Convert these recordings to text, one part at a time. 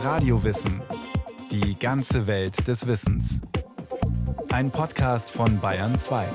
Radiowissen. Die ganze Welt des Wissens. Ein Podcast von Bayern 2.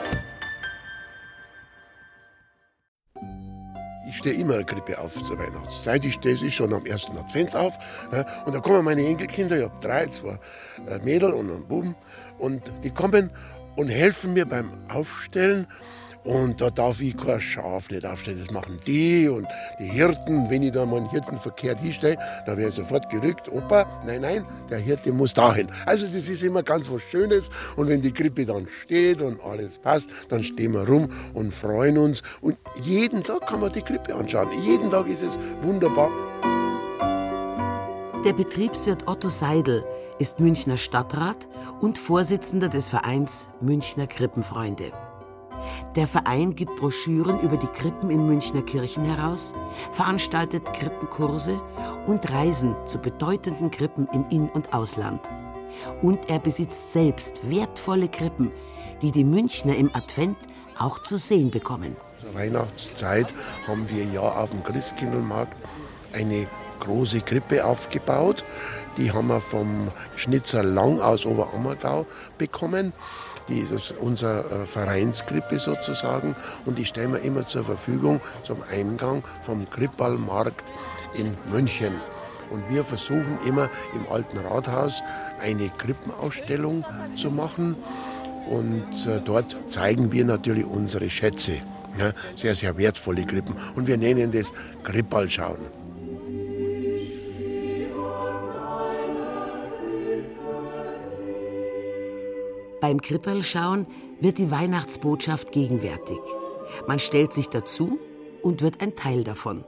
Ich stehe immer eine Krippe auf zur Weihnachtszeit. Ich stehe sie schon am ersten Advent auf. Und da kommen meine Enkelkinder, ich habe 3, 2 Mädel und einen Buben. Und die kommen und helfen mir beim Aufstellen. Und da darf ich kein Schaf nicht aufstellen, das machen die und die Hirten. Wenn ich da mal einen Hirten verkehrt hinstelle, dann werde ich sofort gerückt. Opa, nein, der Hirte muss dahin. Also das ist immer ganz was Schönes. Und wenn die Krippe dann steht und alles passt, dann stehen wir rum und freuen uns. Und jeden Tag kann man die Krippe anschauen. Jeden Tag ist es wunderbar. Der Betriebswirt Otto Seidel ist Münchner Stadtrat und Vorsitzender des Vereins Münchner Krippenfreunde. Der Verein gibt Broschüren über die Krippen in Münchner Kirchen heraus, veranstaltet Krippenkurse und Reisen zu bedeutenden Krippen im In- und Ausland. Und er besitzt selbst wertvolle Krippen, die die Münchner im Advent auch zu sehen bekommen. Zur Weihnachtszeit haben wir ja auf dem Christkindlmarkt eine große Krippe aufgebaut. Die haben wir vom Schnitzer Lang aus Oberammergau bekommen. Die ist unsere Vereinskrippe sozusagen und die stellen wir immer zur Verfügung zum Eingang vom Krippalmarkt in München. Und wir versuchen immer im Alten Rathaus eine Krippenausstellung zu machen und dort zeigen wir natürlich unsere Schätze. Ja, sehr, sehr wertvolle Krippen und wir nennen das Krippalschauen. Beim Kripperlschauen wird die Weihnachtsbotschaft gegenwärtig. Man stellt sich dazu und wird ein Teil davon.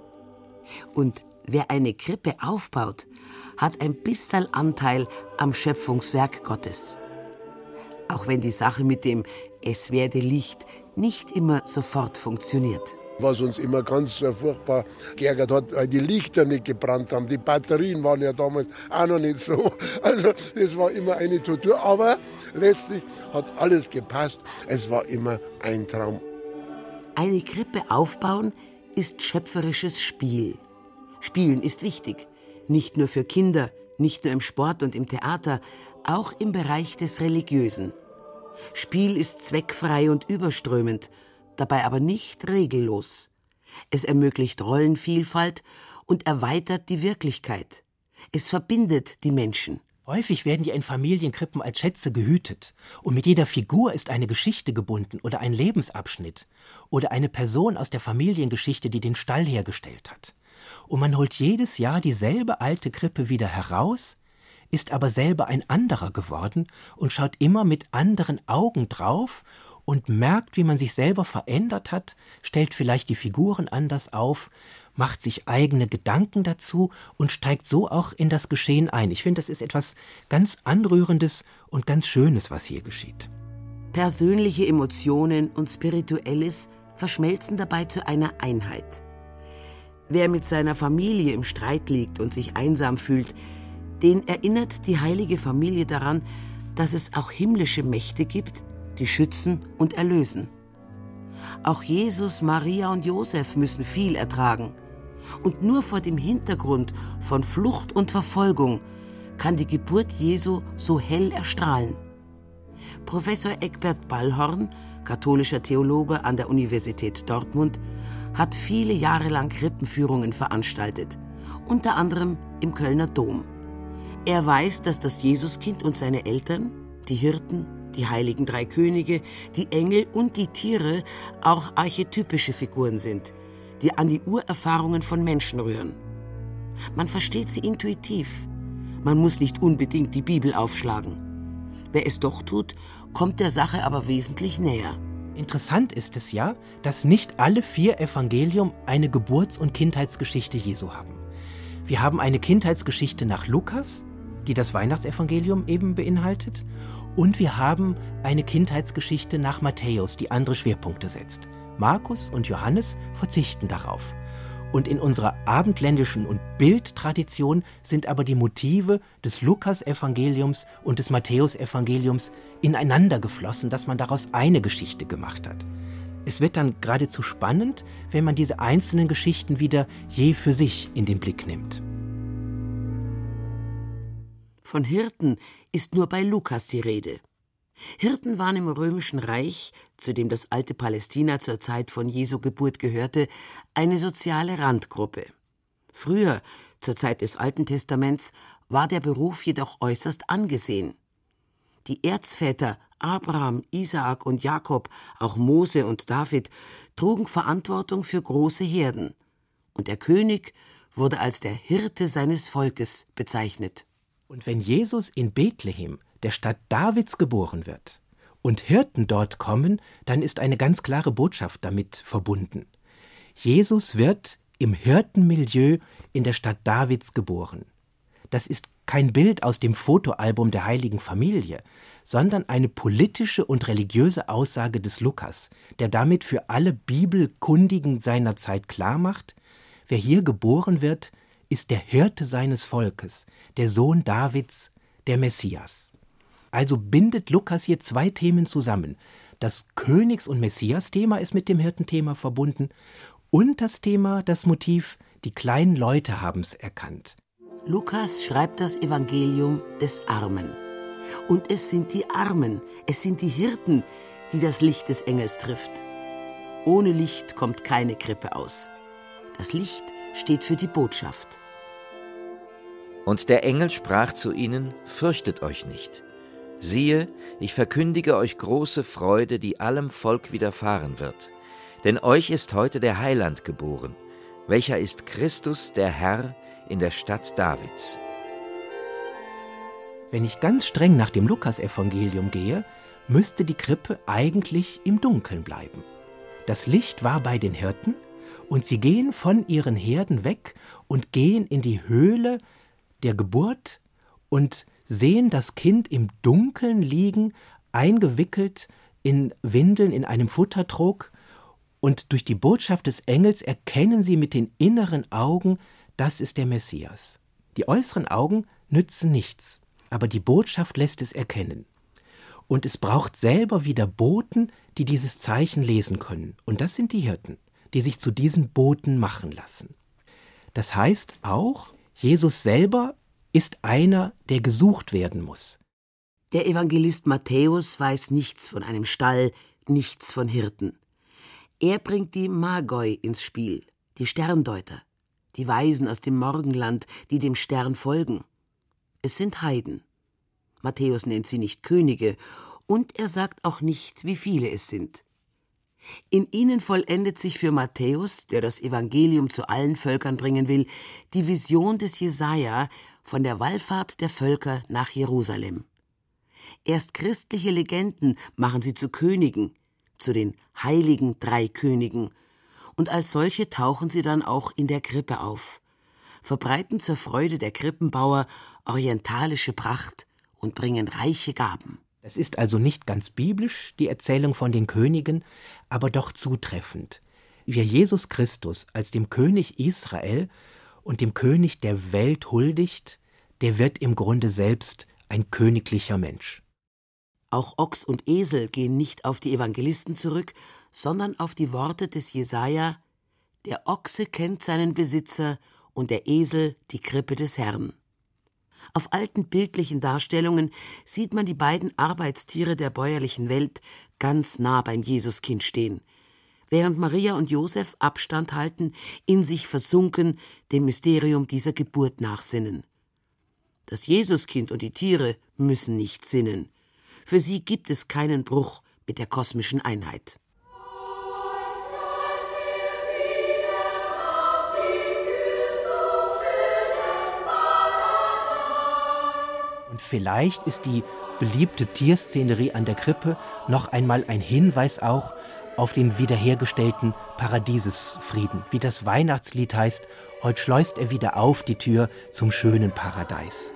Und wer eine Krippe aufbaut, hat ein bisschen Anteil am Schöpfungswerk Gottes. Auch wenn die Sache mit dem Es werde Licht nicht immer sofort funktioniert. Was uns immer ganz furchtbar geärgert hat, weil die Lichter nicht gebrannt haben. Die Batterien waren ja damals auch noch nicht so. Also das war immer eine Tortur. Aber letztlich hat alles gepasst. Es war immer ein Traum. Eine Krippe aufbauen ist schöpferisches Spiel. Spielen ist wichtig. Nicht nur für Kinder, nicht nur im Sport und im Theater, auch im Bereich des Religiösen. Spiel ist zweckfrei und überströmend, dabei aber nicht regellos. Es ermöglicht Rollenvielfalt und erweitert die Wirklichkeit. Es verbindet die Menschen. Häufig werden die in Familienkrippen als Schätze gehütet. Und mit jeder Figur ist eine Geschichte gebunden oder ein Lebensabschnitt oder eine Person aus der Familiengeschichte, die den Stall hergestellt hat. Und man holt jedes Jahr dieselbe alte Krippe wieder heraus, ist aber selber ein anderer geworden und schaut immer mit anderen Augen drauf und merkt, wie man sich selber verändert hat, stellt vielleicht die Figuren anders auf, macht sich eigene Gedanken dazu und steigt so auch in das Geschehen ein. Ich finde, das ist etwas ganz Anrührendes und ganz Schönes, was hier geschieht. Persönliche Emotionen und Spirituelles verschmelzen dabei zu einer Einheit. Wer mit seiner Familie im Streit liegt und sich einsam fühlt, den erinnert die heilige Familie daran, dass es auch himmlische Mächte gibt, die schützen und erlösen. Auch Jesus, Maria und Josef müssen viel ertragen. Und nur vor dem Hintergrund von Flucht und Verfolgung kann die Geburt Jesu so hell erstrahlen. Professor Egbert Ballhorn, katholischer Theologe an der Universität Dortmund, hat viele Jahre lang Krippenführungen veranstaltet, unter anderem im Kölner Dom. Er weiß, dass das Jesuskind und seine Eltern, die Hirten, die heiligen 3 Könige, die Engel und die Tiere auch archetypische Figuren sind, die an die Urerfahrungen von Menschen rühren. Man versteht sie intuitiv. Man muss nicht unbedingt die Bibel aufschlagen. Wer es doch tut, kommt der Sache aber wesentlich näher. Interessant ist es ja, dass nicht alle 4 Evangelium eine Geburts- und Kindheitsgeschichte Jesu haben. Wir haben eine Kindheitsgeschichte nach Lukas, die das Weihnachtsevangelium eben beinhaltet, und wir haben eine Kindheitsgeschichte nach Matthäus, die andere Schwerpunkte setzt. Markus und Johannes verzichten darauf. Und in unserer abendländischen und Bildtradition sind aber die Motive des Lukas-Evangeliums und des Matthäus-Evangeliums ineinander geflossen, dass man daraus eine Geschichte gemacht hat. Es wird dann geradezu spannend, wenn man diese einzelnen Geschichten wieder je für sich in den Blick nimmt. Von Hirten ist nur bei Lukas die Rede. Hirten waren im Römischen Reich, zu dem das alte Palästina zur Zeit von Jesu Geburt gehörte, eine soziale Randgruppe. Früher, zur Zeit des Alten Testaments, war der Beruf jedoch äußerst angesehen. Die Erzväter Abraham, Isaak und Jakob, auch Mose und David, trugen Verantwortung für große Herden. Und der König wurde als der Hirte seines Volkes bezeichnet. Und wenn Jesus in Bethlehem, der Stadt Davids, geboren wird und Hirten dort kommen, dann ist eine ganz klare Botschaft damit verbunden. Jesus wird im Hirtenmilieu in der Stadt Davids geboren. Das ist kein Bild aus dem Fotoalbum der heiligen Familie, sondern eine politische und religiöse Aussage des Lukas, der damit für alle Bibelkundigen seiner Zeit klarmacht: Wer hier geboren wird, ist der Hirte seines Volkes, der Sohn Davids, der Messias. Also bindet Lukas hier zwei Themen zusammen. Das Königs- und Messias-Thema ist mit dem Hirtenthema verbunden und das Thema, das Motiv, die kleinen Leute haben es erkannt. Lukas schreibt das Evangelium des Armen. Und es sind die Armen, es sind die Hirten, die das Licht des Engels trifft. Ohne Licht kommt keine Krippe aus. Das Licht steht für die Botschaft. Und der Engel sprach zu ihnen: Fürchtet euch nicht. Siehe, ich verkündige euch große Freude, die allem Volk widerfahren wird. Denn euch ist heute der Heiland geboren, welcher ist Christus, der Herr, in der Stadt Davids. Wenn ich ganz streng nach dem Lukasevangelium gehe, müsste die Krippe eigentlich im Dunkeln bleiben. Das Licht war bei den Hirten und sie gehen von ihren Herden weg und gehen in die Höhle der Geburt und sehen das Kind im Dunkeln liegen, eingewickelt in Windeln in einem Futtertrog, und durch die Botschaft des Engels erkennen sie mit den inneren Augen, das ist der Messias. Die äußeren Augen nützen nichts, aber die Botschaft lässt es erkennen. Und es braucht selber wieder Boten, die dieses Zeichen lesen können. Und das sind die Hirten, die sich zu diesen Boten machen lassen. Das heißt auch, Jesus selber ist einer, der gesucht werden muss. Der Evangelist Matthäus weiß nichts von einem Stall, nichts von Hirten. Er bringt die Magoi ins Spiel, die Sterndeuter, die Weisen aus dem Morgenland, die dem Stern folgen. Es sind Heiden. Matthäus nennt sie nicht Könige und er sagt auch nicht, wie viele es sind. In ihnen vollendet sich für Matthäus, der das Evangelium zu allen Völkern bringen will, die Vision des Jesaja von der Wallfahrt der Völker nach Jerusalem. Erst christliche Legenden machen sie zu Königen, zu den heiligen 3 Königen, und als solche tauchen sie dann auch in der Krippe auf, verbreiten zur Freude der Krippenbauer orientalische Pracht und bringen reiche Gaben. Es ist also nicht ganz biblisch, die Erzählung von den Königen, aber doch zutreffend. Wer Jesus Christus als dem König Israel und dem König der Welt huldigt, der wird im Grunde selbst ein königlicher Mensch. Auch Ochs und Esel gehen nicht auf die Evangelisten zurück, sondern auf die Worte des Jesaja: Der Ochse kennt seinen Besitzer und der Esel die Krippe des Herrn. Auf alten bildlichen Darstellungen sieht man die beiden Arbeitstiere der bäuerlichen Welt ganz nah beim Jesuskind stehen, während Maria und Josef Abstand halten, in sich versunken, dem Mysterium dieser Geburt nachsinnen. Das Jesuskind und die Tiere müssen nicht sinnen. Für sie gibt es keinen Bruch mit der kosmischen Einheit. Und vielleicht ist die beliebte Tierszenerie an der Krippe noch einmal ein Hinweis auch auf den wiederhergestellten Paradiesesfrieden. Wie das Weihnachtslied heißt: Heut schleust er wieder auf die Tür zum schönen Paradies.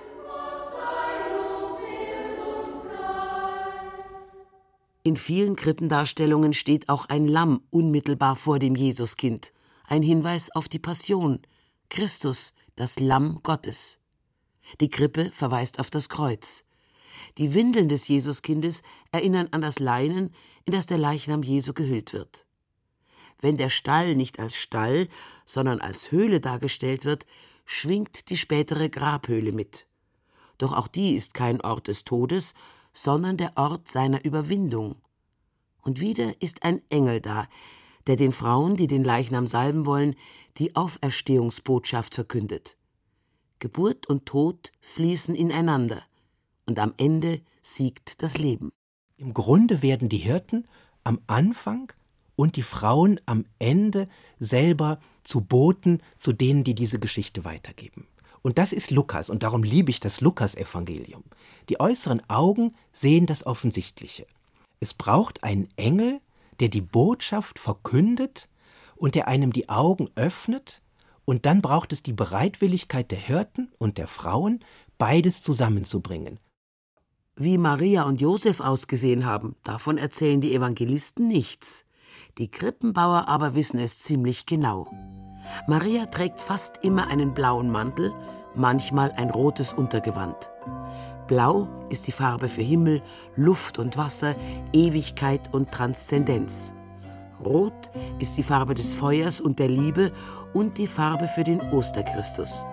In vielen Krippendarstellungen steht auch ein Lamm unmittelbar vor dem Jesuskind. Ein Hinweis auf die Passion. Christus, das Lamm Gottes. Die Krippe verweist auf das Kreuz. Die Windeln des Jesuskindes erinnern an das Leinen, in das der Leichnam Jesu gehüllt wird. Wenn der Stall nicht als Stall, sondern als Höhle dargestellt wird, schwingt die spätere Grabhöhle mit. Doch auch die ist kein Ort des Todes, sondern der Ort seiner Überwindung. Und wieder ist ein Engel da, der den Frauen, die den Leichnam salben wollen, die Auferstehungsbotschaft verkündet. Geburt und Tod fließen ineinander, und am Ende siegt das Leben. Im Grunde werden die Hirten am Anfang und die Frauen am Ende selber zu Boten, zu denen, die diese Geschichte weitergeben. Und das ist Lukas, und darum liebe ich das Lukas-Evangelium. Die äußeren Augen sehen das Offensichtliche. Es braucht einen Engel, der die Botschaft verkündet und der einem die Augen öffnet, und dann braucht es die Bereitwilligkeit der Hirten und der Frauen, beides zusammenzubringen. Wie Maria und Josef ausgesehen haben, davon erzählen die Evangelisten nichts. Die Krippenbauer aber wissen es ziemlich genau. Maria trägt fast immer einen blauen Mantel, manchmal ein rotes Untergewand. Blau ist die Farbe für Himmel, Luft und Wasser, Ewigkeit und Transzendenz. Rot ist die Farbe des Feuers und der Liebe und die Farbe für den Osterchristus.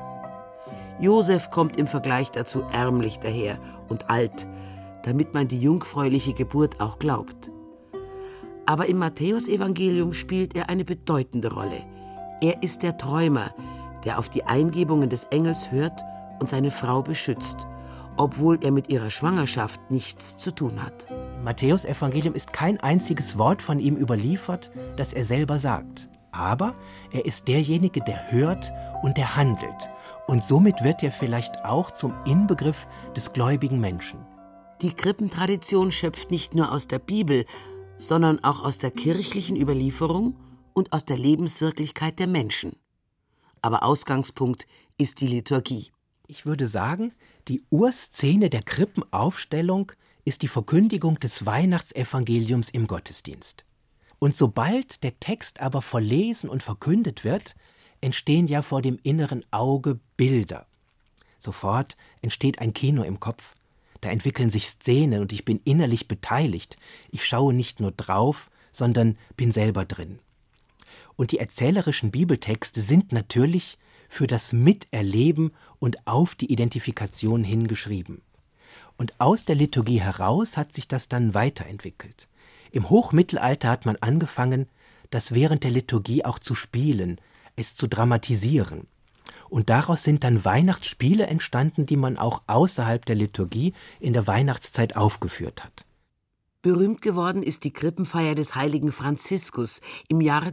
Josef kommt im Vergleich dazu ärmlich daher und alt, damit man die jungfräuliche Geburt auch glaubt. Aber im Matthäusevangelium spielt er eine bedeutende Rolle. Er ist der Träumer, der auf die Eingebungen des Engels hört und seine Frau beschützt, obwohl er mit ihrer Schwangerschaft nichts zu tun hat. Im Matthäusevangelium ist kein einziges Wort von ihm überliefert, das er selber sagt. Aber er ist derjenige, der hört und der handelt. Und somit wird er vielleicht auch zum Inbegriff des gläubigen Menschen. Die Krippentradition schöpft nicht nur aus der Bibel, sondern auch aus der kirchlichen Überlieferung und aus der Lebenswirklichkeit der Menschen. Aber Ausgangspunkt ist die Liturgie. Ich würde sagen, die Urszene der Krippenaufstellung ist die Verkündigung des Weihnachtsevangeliums im Gottesdienst. Und sobald der Text aber verlesen und verkündet wird, entstehen ja vor dem inneren Auge Bilder. Sofort entsteht ein Kino im Kopf. Da entwickeln sich Szenen und ich bin innerlich beteiligt. Ich schaue nicht nur drauf, sondern bin selber drin. Und die erzählerischen Bibeltexte sind natürlich für das Miterleben und auf die Identifikation hingeschrieben. Und aus der Liturgie heraus hat sich das dann weiterentwickelt. Im Hochmittelalter hat man angefangen, das während der Liturgie auch zu spielen, es zu dramatisieren. Und daraus sind dann Weihnachtsspiele entstanden, die man auch außerhalb der Liturgie in der Weihnachtszeit aufgeführt hat. Berühmt geworden ist die Krippenfeier des heiligen Franziskus im Jahre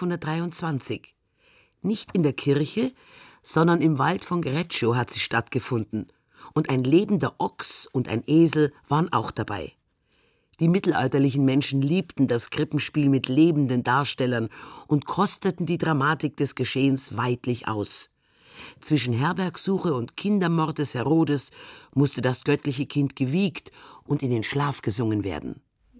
1223. Nicht in der Kirche, sondern im Wald von Greccio hat sie stattgefunden. Und ein lebender Ochs und ein Esel waren auch dabei. Die mittelalterlichen Menschen liebten das Krippenspiel mit lebenden Darstellern und kosteten die Dramatik des Geschehens weidlich aus. Zwischen Herbergsuche und Kindermord des Herodes musste das göttliche Kind gewiegt und in den Schlaf gesungen werden.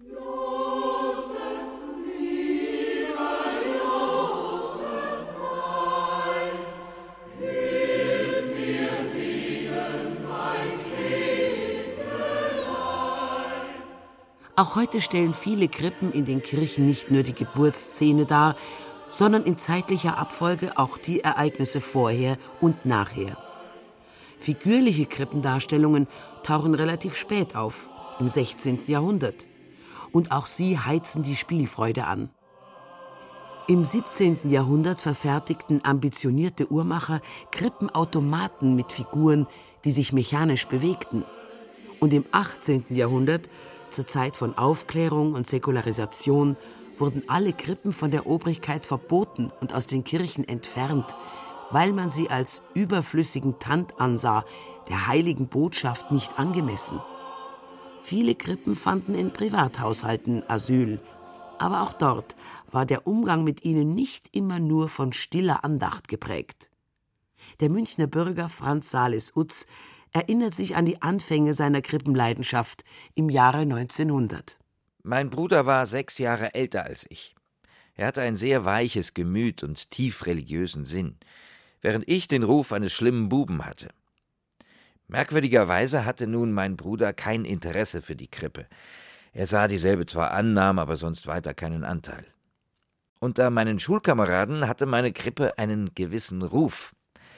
Auch heute stellen viele Krippen in den Kirchen nicht nur die Geburtsszene dar, sondern in zeitlicher Abfolge auch die Ereignisse vorher und nachher. Figürliche Krippendarstellungen tauchen relativ spät auf, im 16. Jahrhundert. Und auch sie heizen die Spielfreude an. Im 17. Jahrhundert verfertigten ambitionierte Uhrmacher Krippenautomaten mit Figuren, die sich mechanisch bewegten. Und im 18. Jahrhundert, zur Zeit von Aufklärung und Säkularisation, wurden alle Krippen von der Obrigkeit verboten und aus den Kirchen entfernt, weil man sie als überflüssigen Tand ansah, der heiligen Botschaft nicht angemessen. Viele Krippen fanden in Privathaushalten Asyl, aber auch dort war der Umgang mit ihnen nicht immer nur von stiller Andacht geprägt. Der Münchner Bürger Franz Salis-Utz erinnert sich an die Anfänge seiner Krippenleidenschaft im Jahre 1900. Mein Bruder war 6 Jahre älter als ich. Er hatte ein sehr weiches Gemüt und tief religiösen Sinn, während ich den Ruf eines schlimmen Buben hatte. Merkwürdigerweise hatte nun mein Bruder kein Interesse für die Krippe. Er sah dieselbe zwar an, nahm aber sonst weiter keinen Anteil. Unter meinen Schulkameraden hatte meine Krippe einen gewissen Ruf.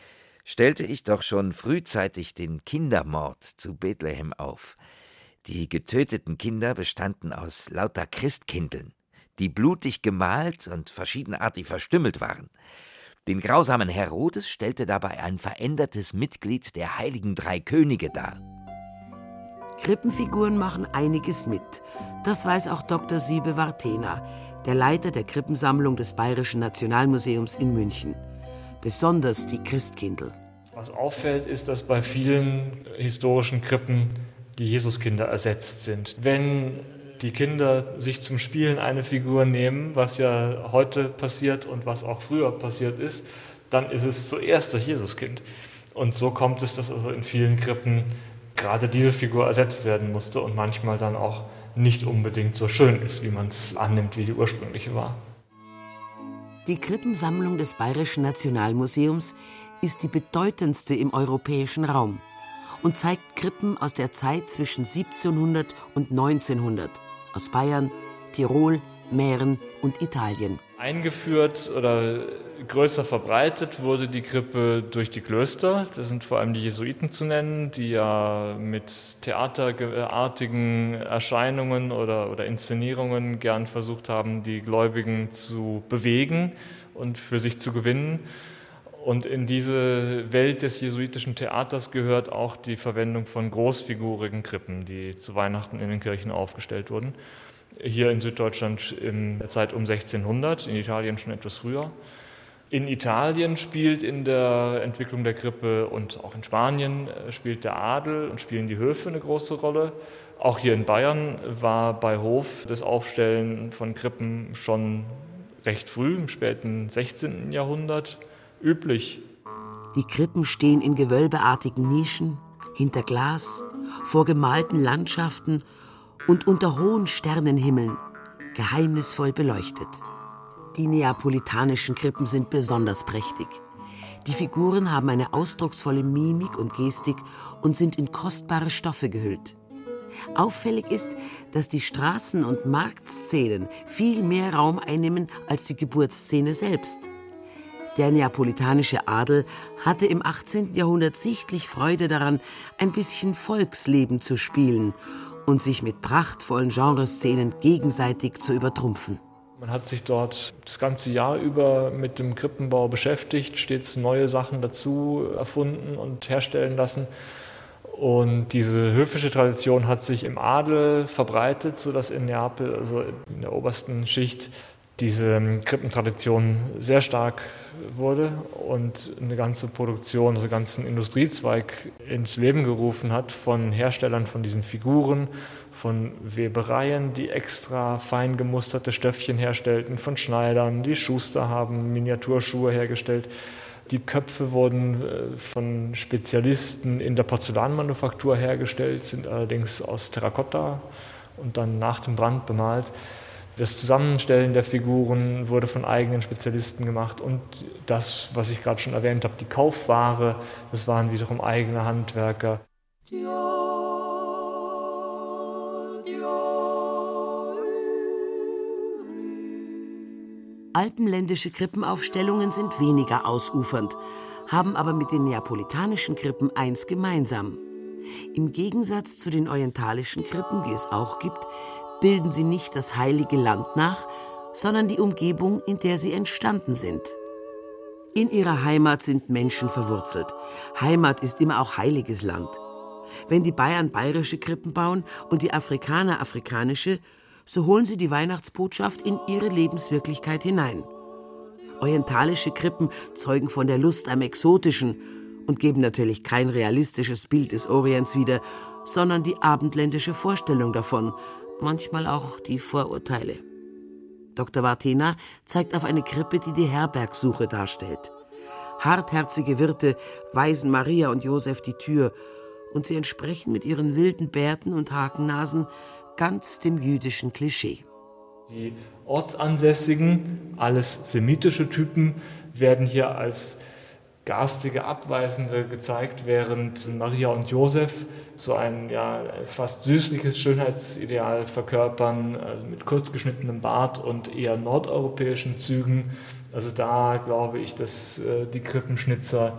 stellte ich doch schon frühzeitig den Kindermord zu Bethlehem auf. Die getöteten Kinder bestanden aus lauter Christkindln, die blutig gemalt und verschiedenartig verstümmelt waren. Den grausamen Herodes stellte dabei ein verändertes Mitglied der heiligen drei Könige dar. Krippenfiguren machen einiges mit. Das weiß auch Dr. Sybe Wartena, der Leiter der Krippensammlung des Bayerischen Nationalmuseums in München. Besonders die Christkindl. Was auffällt, ist, dass bei vielen historischen Krippen die Jesuskinder ersetzt sind. Wenn die Kinder sich zum Spielen eine Figur nehmen, was ja heute passiert und was auch früher passiert ist, dann ist es zuerst das Jesuskind. Und so kommt es, dass also in vielen Krippen gerade diese Figur ersetzt werden musste und manchmal dann auch nicht unbedingt so schön ist, wie man es annimmt, wie die ursprüngliche war. Die Krippensammlung des Bayerischen Nationalmuseums ist die bedeutendste im europäischen Raum und zeigt Krippen aus der Zeit zwischen 1700 und 1900 aus Bayern, Tirol, Mähren und Italien. Eingeführt oder größer verbreitet wurde die Krippe durch die Klöster. Das sind vor allem die Jesuiten zu nennen, die ja mit theaterartigen Erscheinungen oder Inszenierungen gern versucht haben, die Gläubigen zu bewegen und für sich zu gewinnen. Und in diese Welt des jesuitischen Theaters gehört auch die Verwendung von großfigurigen Krippen, die zu Weihnachten in den Kirchen aufgestellt wurden. Hier in Süddeutschland in der Zeit um 1600, in Italien schon etwas früher. In Italien spielt in der Entwicklung der Krippe und auch in Spanien spielt der Adel und spielen die Höfe eine große Rolle. Auch hier in Bayern war bei Hof das Aufstellen von Krippen schon recht früh, im späten 16. Jahrhundert, üblich. Die Krippen stehen in gewölbeartigen Nischen, hinter Glas, vor gemalten Landschaften und unter hohen Sternenhimmeln, geheimnisvoll beleuchtet. Die neapolitanischen Krippen sind besonders prächtig. Die Figuren haben eine ausdrucksvolle Mimik und Gestik und sind in kostbare Stoffe gehüllt. Auffällig ist, dass die Straßen- und Marktszenen viel mehr Raum einnehmen als die Geburtsszene selbst. Der neapolitanische Adel hatte im 18. Jahrhundert sichtlich Freude daran, ein bisschen Volksleben zu spielen und sich mit prachtvollen Genreszenen gegenseitig zu übertrumpfen. Man hat sich dort das ganze Jahr über mit dem Krippenbau beschäftigt, stets neue Sachen dazu erfunden und herstellen lassen. Und diese höfische Tradition hat sich im Adel verbreitet, sodass in Neapel, also in der obersten Schicht, diese Krippentradition sehr stark wurde und eine ganze Produktion, also einen ganzen Industriezweig ins Leben gerufen hat von Herstellern von diesen Figuren, von Webereien, die extra fein gemusterte Stöffchen herstellten, von Schneidern, die Schuster haben Miniaturschuhe hergestellt. Die Köpfe wurden von Spezialisten in der Porzellanmanufaktur hergestellt, sind allerdings aus Terrakotta und dann nach dem Brand bemalt. Das Zusammenstellen der Figuren wurde von eigenen Spezialisten gemacht und das, was ich gerade schon erwähnt habe, die Kaufware, das waren wiederum eigene Handwerker. Alpenländische Krippenaufstellungen sind weniger ausufernd, haben aber mit den neapolitanischen Krippen eins gemeinsam. Im Gegensatz zu den orientalischen Krippen, die es auch gibt, bilden sie nicht das heilige Land nach, sondern die Umgebung, in der sie entstanden sind. In ihrer Heimat sind Menschen verwurzelt. Heimat ist immer auch heiliges Land. Wenn die Bayern bayerische Krippen bauen und die Afrikaner afrikanische, so holen sie die Weihnachtsbotschaft in ihre Lebenswirklichkeit hinein. Orientalische Krippen zeugen von der Lust am Exotischen und geben natürlich kein realistisches Bild des Orients wieder, sondern die abendländische Vorstellung davon, manchmal auch die Vorurteile. Dr. Wartena zeigt auf eine Krippe, die die Herbergsuche darstellt. Hartherzige Wirte weisen Maria und Josef die Tür und sie entsprechen mit ihren wilden Bärten und Hakennasen ganz dem jüdischen Klischee. Die Ortsansässigen, alles semitische Typen, werden hier als garstige Abweisende gezeigt, während Maria und Josef so ein fast süßliches Schönheitsideal verkörpern, mit kurzgeschnittenem Bart und eher nordeuropäischen Zügen. Also da glaube ich, dass die Krippenschnitzer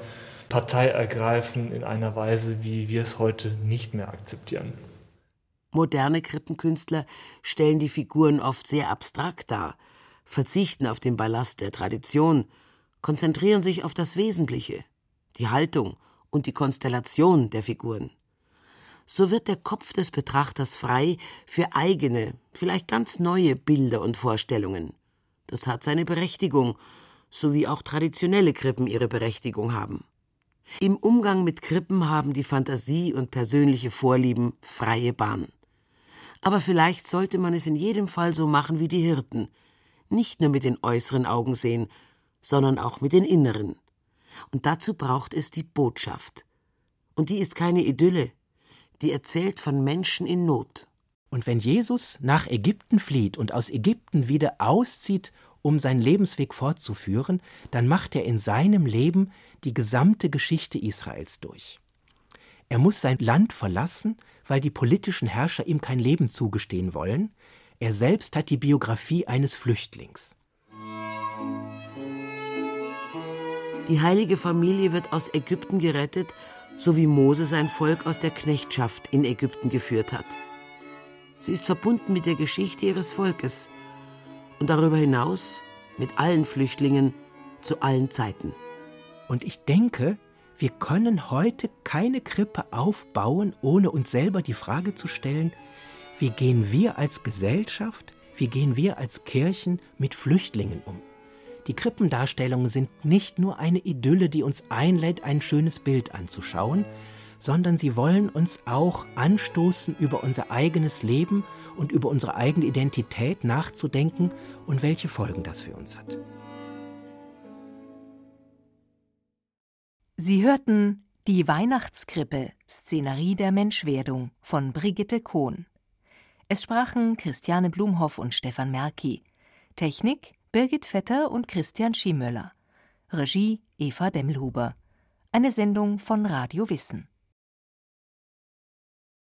Partei ergreifen in einer Weise, wie wir es heute nicht mehr akzeptieren. Moderne Krippenkünstler stellen die Figuren oft sehr abstrakt dar, verzichten auf den Ballast der Tradition, konzentrieren sich auf das Wesentliche, die Haltung und die Konstellation der Figuren. So wird der Kopf des Betrachters frei für eigene, vielleicht ganz neue Bilder und Vorstellungen. Das hat seine Berechtigung, so wie auch traditionelle Krippen ihre Berechtigung haben. Im Umgang mit Krippen haben die Fantasie und persönliche Vorlieben freie Bahn. Aber vielleicht sollte man es in jedem Fall so machen wie die Hirten, nicht nur mit den äußeren Augen sehen, sondern auch mit den inneren. Und dazu braucht es die Botschaft. Und die ist keine Idylle, die erzählt von Menschen in Not. Und wenn Jesus nach Ägypten flieht und aus Ägypten wieder auszieht, um seinen Lebensweg fortzuführen, dann macht er in seinem Leben die gesamte Geschichte Israels durch. Er muss sein Land verlassen, weil die politischen Herrscher ihm kein Leben zugestehen wollen. Er selbst hat die Biografie eines Flüchtlings. Die heilige Familie wird aus Ägypten gerettet, so wie Mose sein Volk aus der Knechtschaft in Ägypten geführt hat. Sie ist verbunden mit der Geschichte ihres Volkes und darüber hinaus mit allen Flüchtlingen zu allen Zeiten. Und ich denke, wir können heute keine Krippe aufbauen, ohne uns selber die Frage zu stellen, wie gehen wir als Gesellschaft, wie gehen wir als Kirchen mit Flüchtlingen um? Die Krippendarstellungen sind nicht nur eine Idylle, die uns einlädt, ein schönes Bild anzuschauen, sondern sie wollen uns auch anstoßen, über unser eigenes Leben und über unsere eigene Identität nachzudenken und welche Folgen das für uns hat. Sie hörten Die Weihnachtskrippe, Szenerie der Menschwerdung von Brigitte Kohn. Es sprachen Christiane Blumhoff und Stefan Merki. Technik Birgit Vetter und Christian Schiemöller. Regie Eva Demmelhuber. Eine Sendung von Radio Wissen.